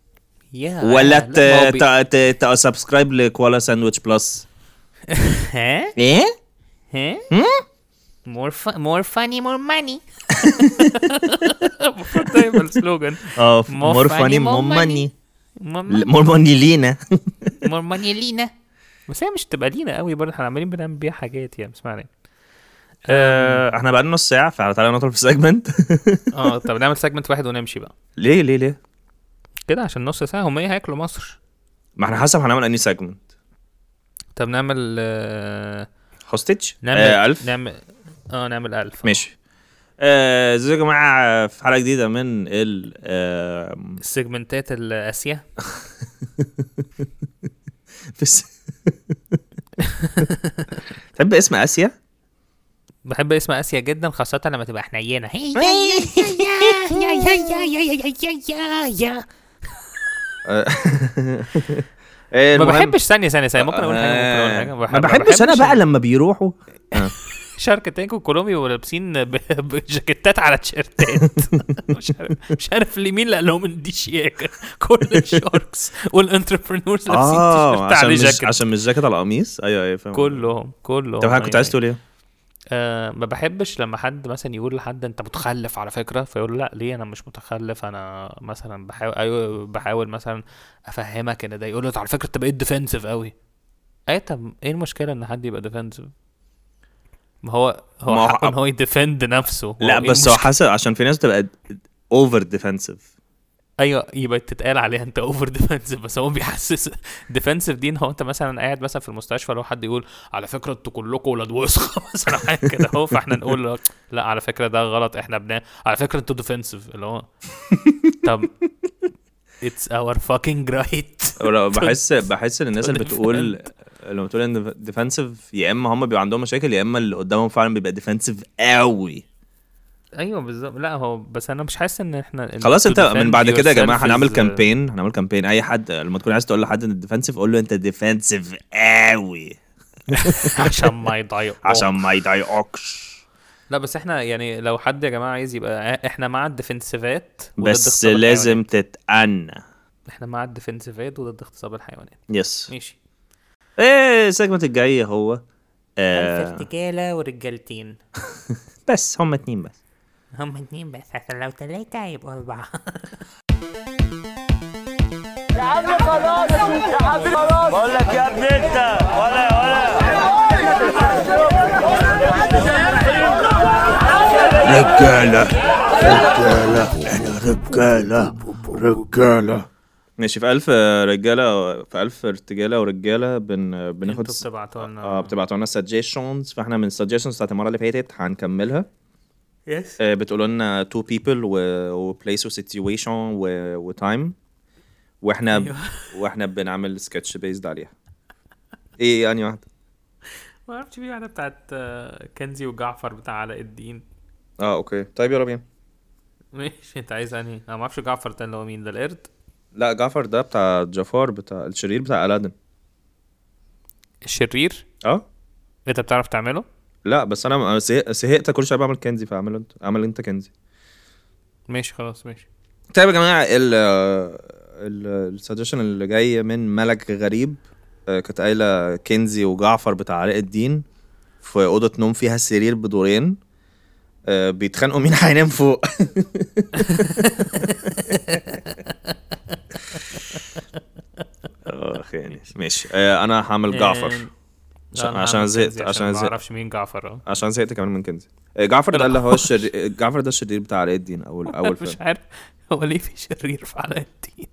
ولا سبسكرايب لكوالا ساندويتش بلس. ها ايه more funny more money. المفروض ده يبقى السلوجان. more funny more money more money لينا. more money لينا، بس هي مش تبقى لينا قوي برضه، احنا عمالين بنعمل بيها حاجات يعني. اسمعني احنا بقى لنا نص ساعه، فتعالى ندخل في سيجمنت. طب نعمل سيجمنت واحد ونمشي بقى. ليه كده عشان نص ساعه هم ايه هياكلوا مصر. ما احنا حسب هنعمل انهي سيجمنت. طب نعمل هوستج نعمل 1000 نعمل 1000 ماشي. ازيكم يا جماعه في حلقه جديده من السيجمنتات الاسيا. تحب اسم اسيا؟ بحب اسم اسيا جدا، خاصه لما تبقى حنينه. ما بحبش ثانيه ممكن اقول حاجه ما بحبش انا بقى لما بيروحوا شارك تانك وكولومبي ولابسين بجاكيتات على تيشيرتات. مش عارف لمين اللي قال لهم ان دي شياكه. كل الشاركس والانتربرنورز لابسين تيشيرت على جاكيت عشان مش جاكيت على قميص. ايوه فاهم. كلهم طب كنت عايز تقول ايه؟ ما بحبش لما حد مثلا يقول لحد انت متخلف على فكره، فيقول لا ليه انا مش متخلف، انا مثلا بحاول مثلا افهمك ان ده، يقول له على فكره انت بقيت ديفنسيف قوي. طب ايه المشكله ان حد يبقى ديفنسيف؟ ما هو حقه ان هو يديفند نفسه. لا بس هو حاسس عشان في ناس تبقى اوفر ديفنسيف. ايوه يبقى تتقال عليها انت اوفر ديفنسيف، بس هو بيحسس ديفنسيف دي ان هو انت مثلا قاعد مثلا في المستشفى لو حد يقول على فكره انتوا كلكم ولاد وسخه مثلا حاجه كده اهو، فاحنا نقول لا على فكره ده غلط، احنا على فكره انتوا ديفنسيف. اللي هو طب it's our fucking right. بحس ان الناس اللي بتقول لما تقول ان ديفنسيف يا اما هم بيبقى عندهم مشاكل يا اما اللي قدامهم فعلا بيبقى ديفنسيف قوي. ايوه بالظبط. لا هو بس انا مش حاسس ان احنا خلاص. انت من بعد كده يا جماعه هنعمل كامبين اي حد لما تكون عايز تقول لحد ان ديفنسيف قول له انت ديفنسيف قوي عشان ما يضايقكش. لا بس احنا يعني لو حد يا جماعه عايز يبقى احنا مع الديفنسيفات بس لازم تتأنى. احنا مع الديفنسيفات وضد اغتصاب الحيوانات. يس ماشي. السيجمنت الجاي هو رجاله ورجالتين. بس هم 2 بس. عشان لو 3 يبقوا 4. يا عم خلاص يا عم خلاص. بقول لك يا ابني انت ولا رجاله احنا رجاله ماشي. في 1000 رجاله، في 1000 رجاله ورجاله بناخد انتوا بتبعتوا لنا بتبعتوا لنا suggestions. فاحنا من السجيشنز بتاعت المره اللي فاتت هنكملها. يس بتقولوا لنا two people و place و situation و time، واحنا أيوة. واحنا بنعمل سكتش بيزد عليها. ايه يعني واحده؟ ما اعرفش في واحده بتاعت كنزي وجعفر بتاع علاء الدين. اوكي طيب يلا بينا. ماشي انت عايز انهي؟ انا ما اعرفش جعفر ده اللي هو مين، ده القرد؟ لا جعفر ده بتاع جفار، بتاع الشرير بتاع ألادين. الشرير اه انت بتعرف تعمله؟ لا بس انا زهقت كل شويه بعمل كنزي، فاعمل انت، اعمل انت كنزي. ماشي خلاص ماشي. طيب يا جماعه السجشن اللي جاي من ملك غريب. كانت قايله كنزي وجعفر بتاع علاء الدين في اوضه نوم فيها سرير بدورين، بيتخانقوا مين هينام فوق. يعني ماشي. انا هعمل جعفر عشان زهقت، عشان ما اعرفش مين جعفر. عشان زهقت كمان من كنزي. جعفر ده اللي هو الشرير، جعفر ده الشرير بتاع علاء الدين اول مش فيلم. عارف هو ليه في شرير في علاء الدين.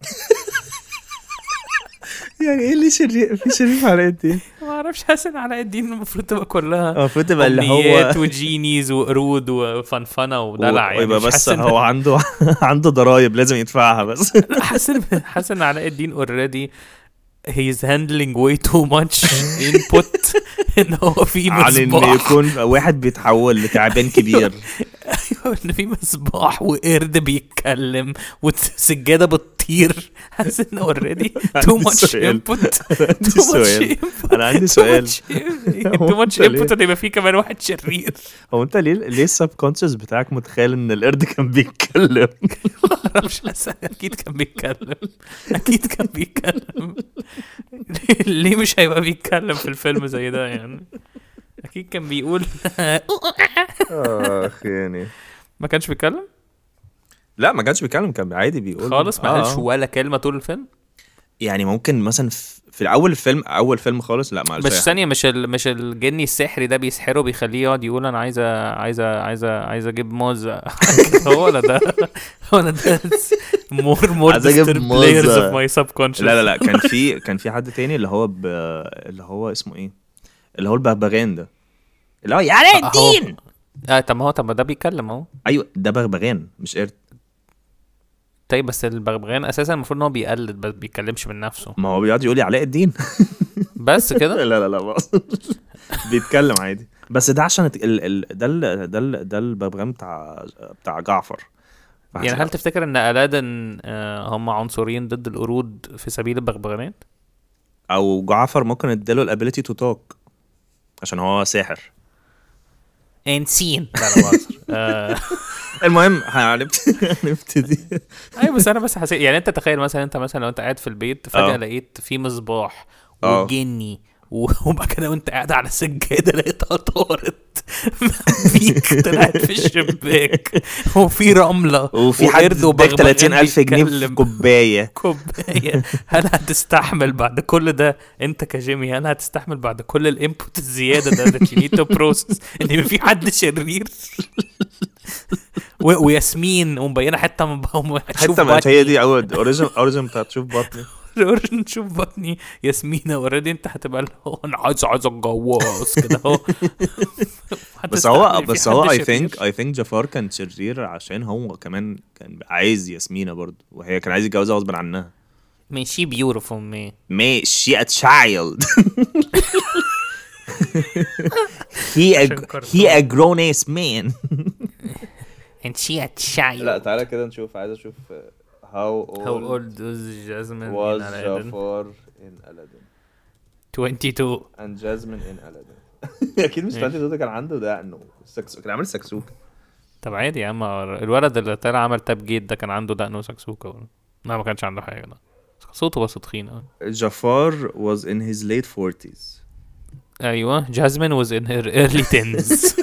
يعني ايه اللي شرير في شرير في علاء الدين؟ ما اعرفش، حاسس ان علاء الدين المفروض تبقى كلها المفروض تبقى اللي أمنيات هو وجينيز وقرود وفنفنه ودلع يعني. ويبقى بس هو عنده ضرايب لازم يدفعها بس. حاسس ان علاء الدين اوريدي he's handling way too much input ان هو في عن ان مصباح. يكون واحد بيتحول لتعبان كبير. ايوه ان في مصباح وقرد بيتكلم وسجاده بتطير. حاسس ان اوريدي too much input. انا عندي سؤال. too much input ان يبقى في كمان واحد شرير. هو انت ليه السب كونشس بتاعك متخيل ان القرد كان بيتكلم؟ ما اعرفش، اكيد كان بيتكلم. ليه مش هيبقى بيتكلم في الفيلم زي ده يعني؟ اكيد كان بيقول. يعني ما كانش بيتكلم؟ لا ما كانش بيتكلم، كان عادي بيقول خالص، ما قالش ولا كلمه طول الفيلم. يعني ممكن مثلا في اول فيلم خالص لا ما قالش. مش ثانيه، مش الجني السحري ده بيسحره بيخليه يقعد يقول انا عايز اجيب موز. هو ده more disturbed layers of my subconscious. لا كان في حد تاني اللي هو اسمه ايه، اللي هو البغبغان ده اللي هو يا علاء الدين. طب ما ده بيتكلم اهو. ايوه ده بغبغان مش قرد. طيب بس البغبغان اساسا المفروض ان هو بيقلد بس بيتكلمش من نفسه. ما هو بيقعد يقول لي علاء الدين بس كده. لا بيتكلم عادي. بس ده عشان ده البغبغان بتاع جعفر. يعني هل تفتكر ان ألادين هم عنصريين ضد القرود في سبيل البغبغانات؟ او جعفر ممكن اداله الابيليتي تو توك عشان هو ساحر انسين. لا المهم هنبتدي. ايوه بس انا بس حسيت يعني انت تخيل مثلا انت لو انت قاعد في البيت فجأة لقيت في مصباح وجني وبقى كده وانت قاعد على سجاده لقيتها طارت فيك طلعت في الشباك وفي رمله وفي حد اداك 30,000 جنيه في كوبايه. هل هتستحمل بعد كل ده انت كجيمي؟ هل هتستحمل بعد كل الانبوت الزياده ده that you need to process ان في حد شرير؟ وياسمين ومبينه حته من هي دي اول اوريجن بتاعت شوف بطني. نشوف بطني ياسمينة اوريدي. انت هتبقى انا عايز اتجوز كده اهو. بس هو I think جفار كان شرير عشان هو كمان كان عايز ياسمينة برضو، وهي كان عايز يتجوزها غصب عنها. ماشي beautiful me she a child. he a grown ass man. and she a child. لا تعالى كده نشوف، عايز اشوف how old was Jasmine was Jafar in Aladdin. 22 and Jasmine in Aladdin. اكيد مش 22 ده كان عنده دقنه كان عامل سكسوك. طب عادي يا اما الولد اللي طلع عمل تاب جيت ده كان عنده دقنه وسكسوكه. ما كانش عنده حاجه ده، صوته بس تخين. جفار was in his late 40s. ايوه Jasmine was in her early 10s.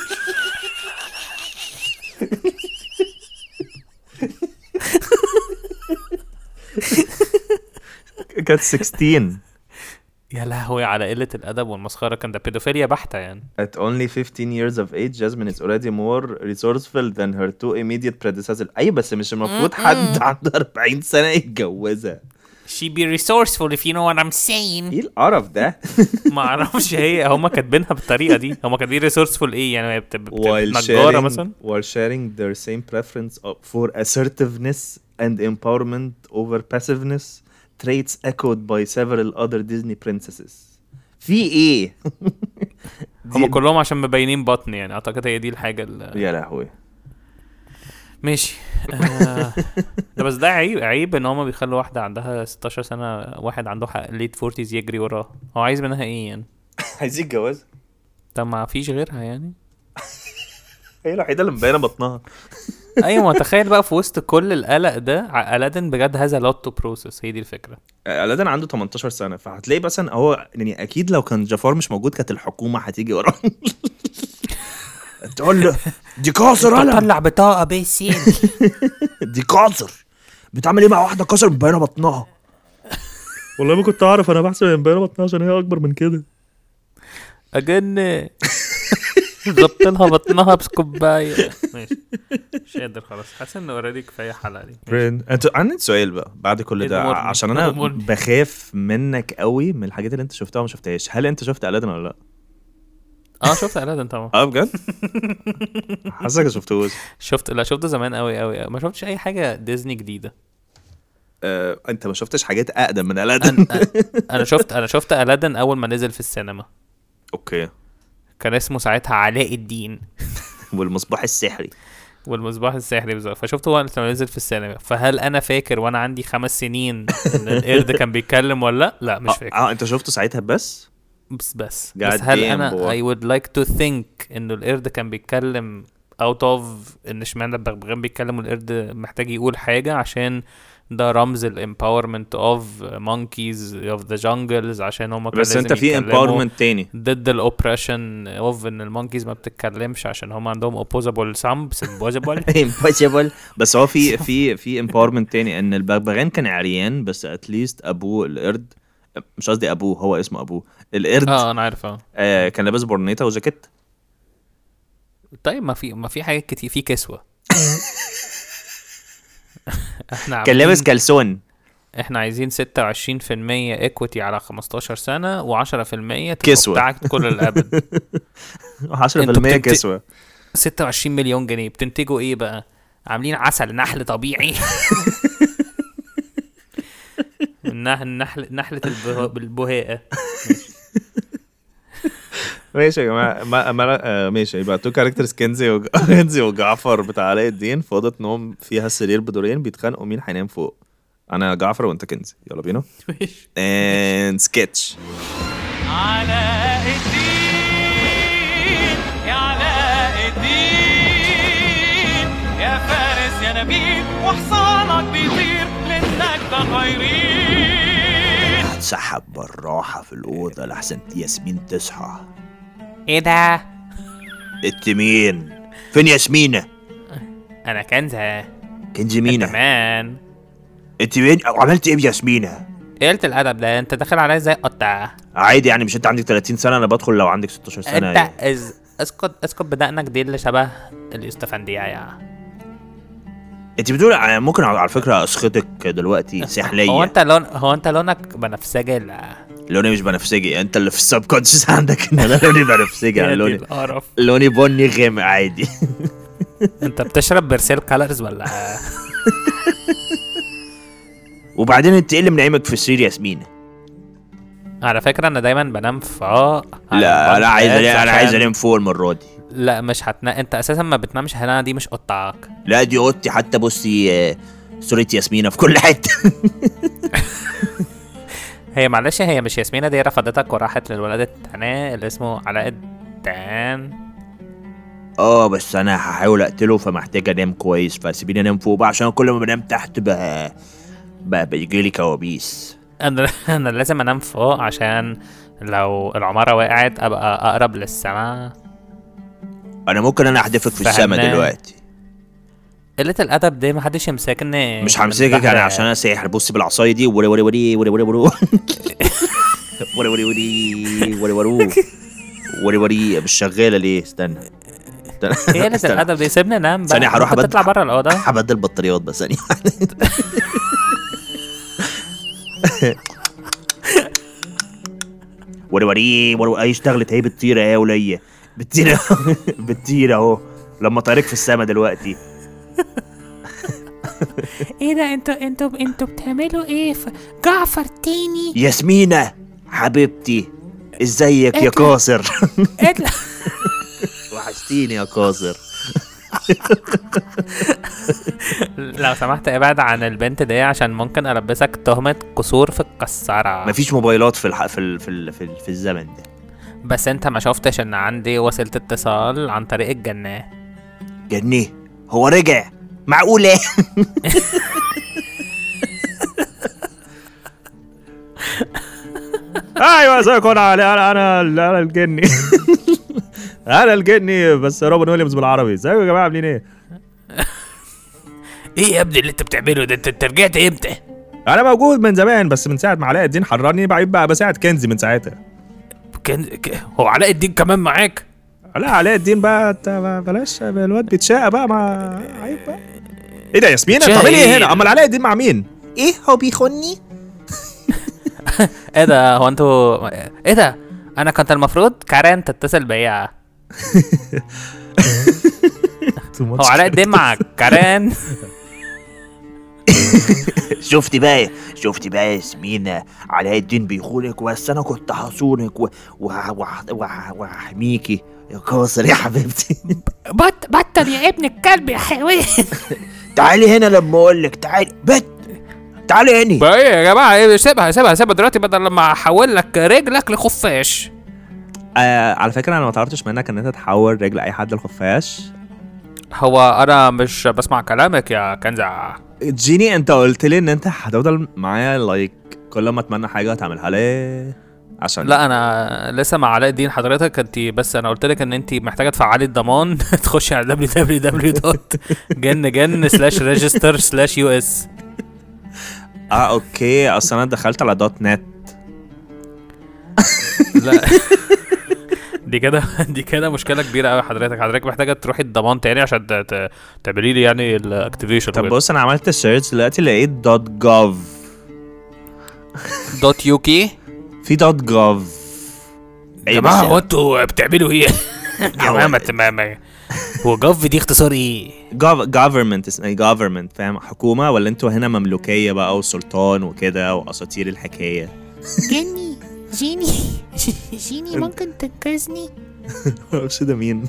كانت 16. يا لهوي على قلة الأدب والمسخرة، كان ده بيدوفيليا بحتة يعني. At only 15 years of age Jasmine is already more resourceful than her two immediate predecessors. أي بس مش المفروض حد عنده 40 سنة يتجوزها. she be resourceful if you know what I'm saying. ايه القرف ده؟ ما اعرفش هي هم كاتبينها بالطريقه دي. هم كاتبين resourceful ايه يعني؟ while نجاره مثلا. sharing their same preference for assertiveness and empowerment over passiveness, traits echoed by several other Disney princesses. في ايه؟ هم كلهم عشان مبينين بطن يعني. اعتقد هي دي الحاجه يا لهوي. ماشي. ده بس ده عيب ان هم بيخلوا واحده عندها 16 سنه واحد عنده late 40s يجري وراها. هو عايز منها ايه يعني؟ عايز يتجوز. طب ما فيش غيرها يعني. هي الوحيده اللي مبينه بطنها. ايوه تخيل بقى في وسط كل القلق ده ألادين بجد هذا لوت تو بروسس. هي دي الفكره. ألادين عنده 18 سنه فهتلاقي مثلا هو يعني اكيد لو كان جافار مش موجود كانت الحكومه هتيجي وراه تقول له دي قاصر انا طلع بطاقه بيسين. دي قاصر بتعمل ايه مع واحده قاصر مبينه بطنها؟ والله ما كنت اعرف، انا بحسب مبينه بطنها عشان هي اكبر من كده. اجن ضبط لها بطنها بكوبايه. ماشي مش قادر خلاص. حاسس ان اوريدي كفايه حلقه دي. انت عندي سؤال بقى بعد كل ده عشان انا بخاف منك قوي من الحاجات اللي انت شفتها وما شفتهاش. هل انت شفت ألادين ولا لا؟ شفت ألادين طبعا. بجد؟ حاسسك شفتوش. شفته زمان قوي. ما شفتش اي حاجه ديزني جديده. انت ما شفتش حاجات اقدم من ألادين؟ انا شفت ألادين اول ما نزل في السينما. اوكي. كان اسمه ساعتها علاء الدين. والمصباح السحري بالظبط. فشفته وقت ما نزل في السينما. فهل انا فاكر وانا عندي 5 سنين ان القرد كان بيتكلم ولا لا مش فاكر. انت شفته ساعتها بس هل انا I would like to think انه القرد كان بيتكلم out of ان اشمعنى البغبغان بيتكلم والقرد محتاج يقول حاجه عشان ده رمز الامباورمنت اوف مونكيز اوف ذا جانجلز عشان هم بس انت في امباورمنت تاني ضد الاوبريشن اوف ان المونكيز ما بتتكلمش عشان هم عندهم اوبوزابل امبوسيبل. بس هو في امباورمنت تاني ان البغبغان كان عريان بس اتليست ابوه القرد مش قصدي ابوه هو اسمه ابوه القرد انا عارف كان لابس برنيطه وجاكيت. طيب ما في حاجات كتير في كسوه. كان لابس كلسون. احنا عايزين 26% ايكويتي على 15 سنه و10% كسوه بتاعت كل الابد. 10% كسوه. 26 مليون جنيه بتنتجوا ايه بقى؟ عاملين عسل نحل طبيعي. نحله البهاءه. ماشي يا جماعه ماشي. يبقى تو كاركترز كنزي وجعفر بتاع علاء الدين في اوضه نوم فيها سرير بدورين بيتخانقوا مين هينام فوق. انا جعفر وانت كنزي. يلا بينا. and sketch. علاء الدين يا علاء الدين يا فارس يا نبيل وحصانك بيطير للنجدة طايرين. هتسحب بالراحه في الاوضه لحسن ياسمين تصحى. ايه ده؟ انت مين؟ فين ياسمينة؟ انا كنزة مينة كمان. انت مين؟ عملت ايه بياسمينة؟ قلة الادب ده انت داخل عليا زي قطة. عادي يعني مش انت عندك 30 سنة انا بدخل لو عندك 16 سنة. انت اسكت بدقنك دي اللي شبه الاستفندية يا. انت بتقول ممكن على فكرة اسخطك دلوقتي سحلية. هو انت لونك بنفسجي. لا لوني مش بنفسجي. انت اللي في السب كونشس عندك ان انا لوني بنفسجي. يعني لوني بني غامق عادي. انت بتشرب برسيل كالرز ولا؟ وبعدين انت ايه اللي منعمك في السرير ياسمين؟ على فكرة انا دايما بنام فوق. لا انا عايز انام فوق المرة دي. لا مش هتنام. انت اساسا ما بتنامش هنا. دي مش قطعك. لا دي اوضتي. حتى بصي صورة ياسمينة في كل حتة. هي معلش هي مش ياسمينة دي رفضتك وراحت للولد التاني اللي اسمه علاء الدين. بس انا هحاول اقتله فمحتاج انام كويس فسيبيني انام فوق بقى عشان كل ما بنام تحت بقى بيجيلي كوابيس. انا لازم انام فوق عشان لو العمارة وقعت ابقى اقرب للسماء. انا ممكن انا احدفك في السماء دلوقتي. قلة الادب دي محدش يمسكني. مش همسكك انا عشان انا ساحر. بصي بالعصايه دي وري وري وري وري وري وري وري وري وري وري وري وري مش شغاله ليه؟ استنى ايه قلة الادب دي؟ سيبني انام بقى. ثانيه هروح تطلع بره الاوضه. هبدل بطاريات بس ثانيه. وري اي اشتغلت، هي بتطير يا وليه، بتطير بتطير اهو لما طارق في السما دلوقتي. ايه ده؟ انتوا بتعملوا ايه؟ جعفر تاني؟ ياسمينة حبيبتي ازيك يا قاصر؟ اطلع. وحشتيني يا قاصر. لو سمحت ابعد عن البنت دي عشان ممكن البسك تهمة قصور في القصارة. مفيش موبايلات في الزمن ده. بس انت ما شفتش ان عندي وسيلة اتصال عن طريق الجناه؟ جنيه هو رجع؟ معقولة؟ ايوه سيكون انا الجني. انا الجني بس روبن ويليامز بالعربي. ازيكم يا جماعه عاملين ايه؟ ايه يا ابني اللي انت بتعمله ده؟ انت رجعت امتى؟ انا موجود من زمان بس من ساعه ما علاء الدين حررني بقى بساعد كنزي من ساعتها. هو علاء الدين كمان معاك؟ لا علاء الدين بقى انت بلاش الواد بيتشاقى بقى مع عيب بقى. ايه ده ياسمين؟ انت بتعملي ايه هنا؟ امال علاء الدين مع مين؟ ايه هو بيخوني؟ ايه ده؟ هو انتوا ايه ده؟ انا كنت المفروض كارين تتصل بيا. هو علاء الدين مع كارين؟ شفتي بقى يا ياسمين، علاء الدين بيخونك بس انا كنت هصونك وحميكي يا قاصر يا حبيبتي. بطل يا ابن الكلب يا حيوان. تعالي هنا لما اقول لك تعالي هنا بقى يا جماعه ايه؟ سيبها دلوقتي بدل لما احول لك رجلك لخفاش. على فكره انا ما طلبتش منك ان انت تحول رجل اي حد لخفاش. هو انا مش بسمع كلامك يا كنزة. جيني انت قلت لي ان انت هتفضل معايا كل ما اتمنى حاجه هتعملها لي عشان لا انا لسه مع علاء الدين حضرتك انت، بس انا قلت لك ان انت محتاجه تفعلي الضمان. تخشي على www.gen/register/us. اوكي اصل انا دخلت على .net. لا دي كده مشكله كبيره قوي. حضرتك محتاجه تروحي الضمان تاني عشان تعملي لي يعني الاكتيفيشن. طب بص انا عملت سيرش دلوقتي لقيت .gov. .uk في .gov. يا جماعه هو انتوا بتعملوا ايه؟ يا جماعه هو جوف دي اختصار ايه؟ government اسمه government، فاهم؟ حكومه ولا انتوا هنا مملوكيه بقى وسلطان وكده واساطير الحكايه؟ جيني ممكن تنقذني؟ معرفش ده مين.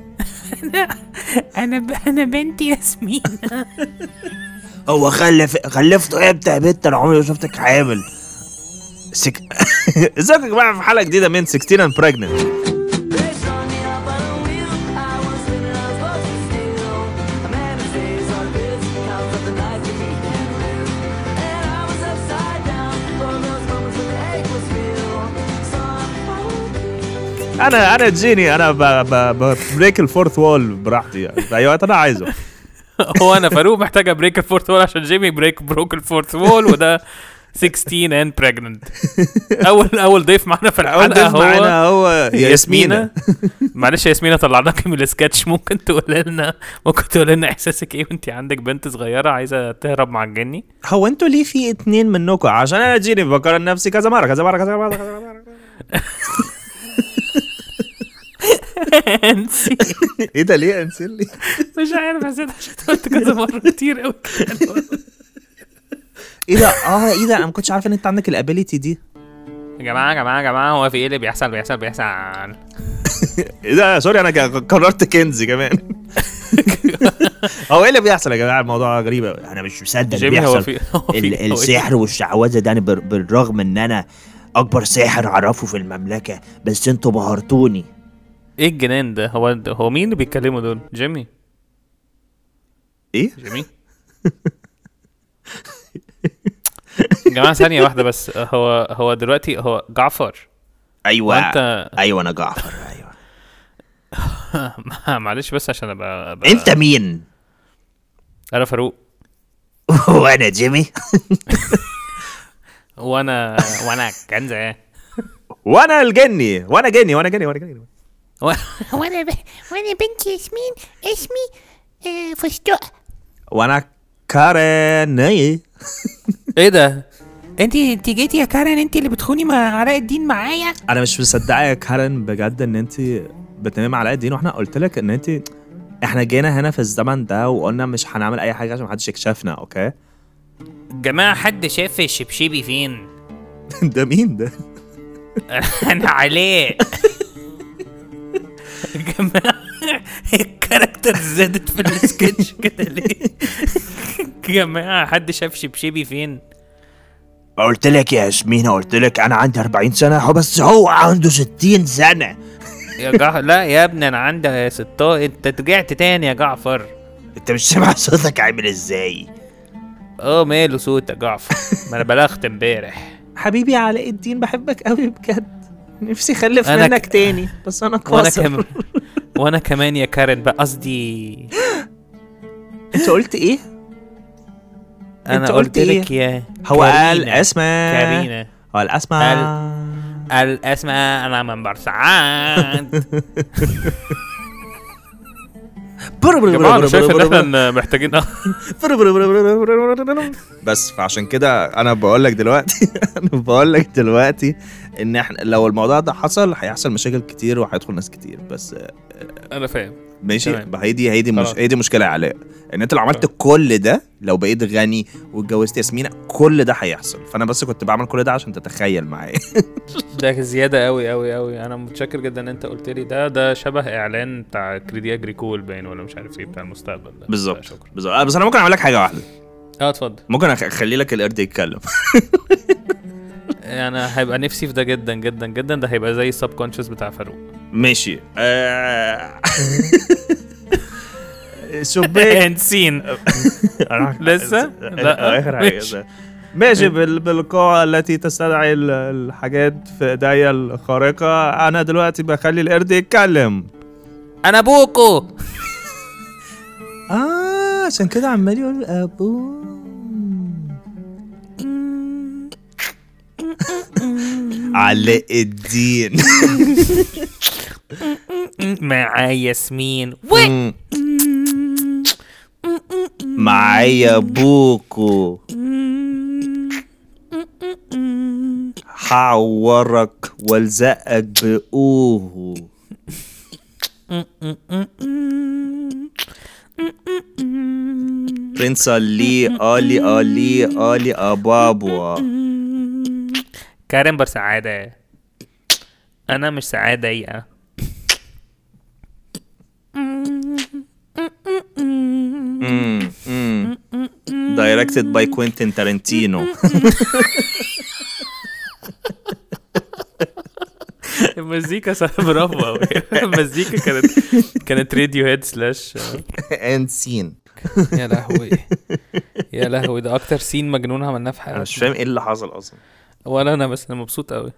انا بنتي ياسمين. هو خلفته امتى يا بنت؟ انا عمري ما شفتك حامل. ازيكم يا جماعه في حلقه جديده من 16 and Pregnant. انا جيني، انا بريك الفورث وول براحتي يعني في اي وقت انا عايزه. هو انا فاروق محتاجه بريك الفورث وول عشان جيمي بروك الفورث وول، وده 16 and Pregnant. اول ضيف معنا في الحلقه هو ياسمينة. معلش يا ياسمينة طلعناكي من السكتش. ممكن تقول لنا احساسك ايه وانت عندك بنت صغيره عايزه تهرب مع الجني؟ هو انتوا ليه في 2 منكم؟ عشان انا جيني بكرر نفسي كذا مره. انسي. ايه ده ليه انسلي؟ مش عارف، حسيت عشان قلت كذا مره كتير قوي. ايه ده انا ما كنتش عارف ان انت عندك الابيليتي دي. يا جماعه هو في ايه اللي بيحصل؟ ايه ده؟ سوري انا قررت كنزي كمان. هو ايه اللي بيحصل يا جماعه؟ الموضوع غريب قوي، انا مش مصدق اللي بيحصل. السحر والشعوذه ده، بالرغم ان انا اكبر ساحر اعرفه في المملكه بس انتوا بهرتوني. ايه الجنان ده؟ هو مين اللي بيتكلموا دول؟ جيمي؟ ايه جيمي؟ يا جماعه ثانيه واحده بس. هو دلوقتي هو جعفر. ايوه ايوه انا جعفر. ايوه. معلش بس عشان ابقى انت مين؟ انا فاروق. وانا جيمي. وانا كنزة. وانا الجني. وانا بنتي ياسمين اسمي فستق. وانا كارين. ايه ده؟ انت جيتي يا كارن، انت اللي بتخوني مع علاء الدين معايا. انا مش مصدقه يا كارن بجد ان انت بتنامي مع علاء الدين، واحنا قلت لك ان انت احنا جينا هنا في الزمن ده وقلنا مش هنعمل اي حاجه عشان محدش يكشفنا. اوكي جماعة حد شاف الشبشبي فين؟ ده مين ده؟ انا علاء. جماعة الكاركتر زادت في السكتش كده ليه؟ جماعة حد شاف شبشبي فين؟ قلت لك يا ياسمين، قلت لك انا عندي 40 سنه بس هو عنده 60 سنه. يا جعفر لا يا ابني انا عندي 16. انت رجعت تاني يا جعفر. انت مش سامع صوتك عامل ازاي؟ ماله صوت يا جعفر؟ ما انا بلغت امبارح. حبيبي علاء الدين بحبك قوي بجد، نفسي اخلف أنا منك تاني بس انا وانا قاصر. كمان وانا كمان يا كارن بقى قصدي. انت قلت ايه؟ انا أنت قلت قلت لك إيه؟ يا هو قال كارينا. اسمع كارينا هو الاسماء الاسماء انا من برسعاد. يا جماعه انا شايف ان احنا محتاجين بس فعشان كده انا بقول لك دلوقتي ان احنا لو الموضوع ده حصل هيحصل مشاكل كتير وهيدخل ناس كتير. بس انا فاهم. ماشي تمام. هي دي مشكله يا علاء، ان انت لو عملت كل ده، لو بقيت غني واتجوزت ياسمين، كل ده هيحصل. فانا بس كنت بعمل كل ده عشان تتخيل معايا. ده زياده قوي قوي قوي. انا متشكر جدا ان انت قلت لي ده شبه اعلان بتاع كريدي اجريكول باين ولا مش عارف ايه بتاع المستقبل ده. بالظبط شكرا. بالظبط. بس انا ممكن اعمل لك حاجه واحده. اتفضل. ممكن اخلي لك القرد يتكلم. انا هيبقى نفسي في ده جدا جدا جدا. ده هيبقى زي السب كونشس بتاع فاروق. ماشي. شباك نسين لسه؟ لا اخر حاجه. ماشي بالقوة التي تستدعي الحاجات في ايديا الخارقة. انا دلوقتي بخلي القرد يتكلم. انا بوكو. عشان كده عمال يقول ابو. علاء الدين. مع ياسمين معايا بوكو. هعورك والزقك بقوه. برنس علي آلي أبابوا. كارم برسعادة. انا مش سعادة يا Directed by Quentin Tarantino. المزيكا برافو قوي. المزيكا كانت راديو هيد سلاش and scene. يا لهوي يا لهوي. ده اكتر سين مجنون عملناه في انا حياتي. مش فاهم ايه اللي حصل اصلا. ولا انا بس انا مبسوط قوي.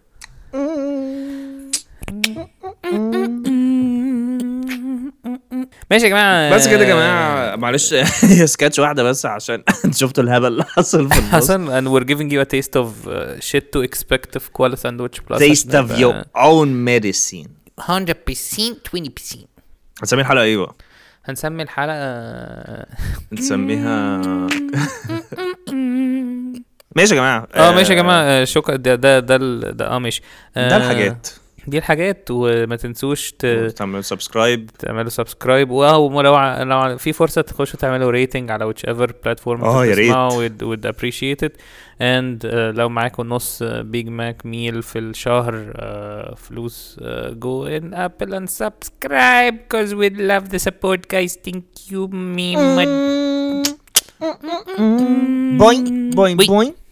ماشي يا جماعه. بس كده يا جماعه معلش. هي سكتش واحده بس عشان شفتوا الهبل اللي حصل في النص. حسن and we're giving you a taste of shit to expect of Koala Sandwich Plus. Taste of your own medicine. 100% 20%. هتسمي الحلقه ايه بقى؟ هنسمي الحلقه نسميها ماشي يا جماعه. ماشي يا جماعه. شكرا. ده ماشي. ده الحاجات دي الحاجات. وما تنسوش تعملوا سبسكرايب. ولو في فرصة تخشوا تعملوا ريتنج على whichever platform يا ريت. would appreciate it. and لو معاكم نص بيج ماك ميل في الشهر فلوس go in Apple and subscribe cause we love the support guys. thank you me بوين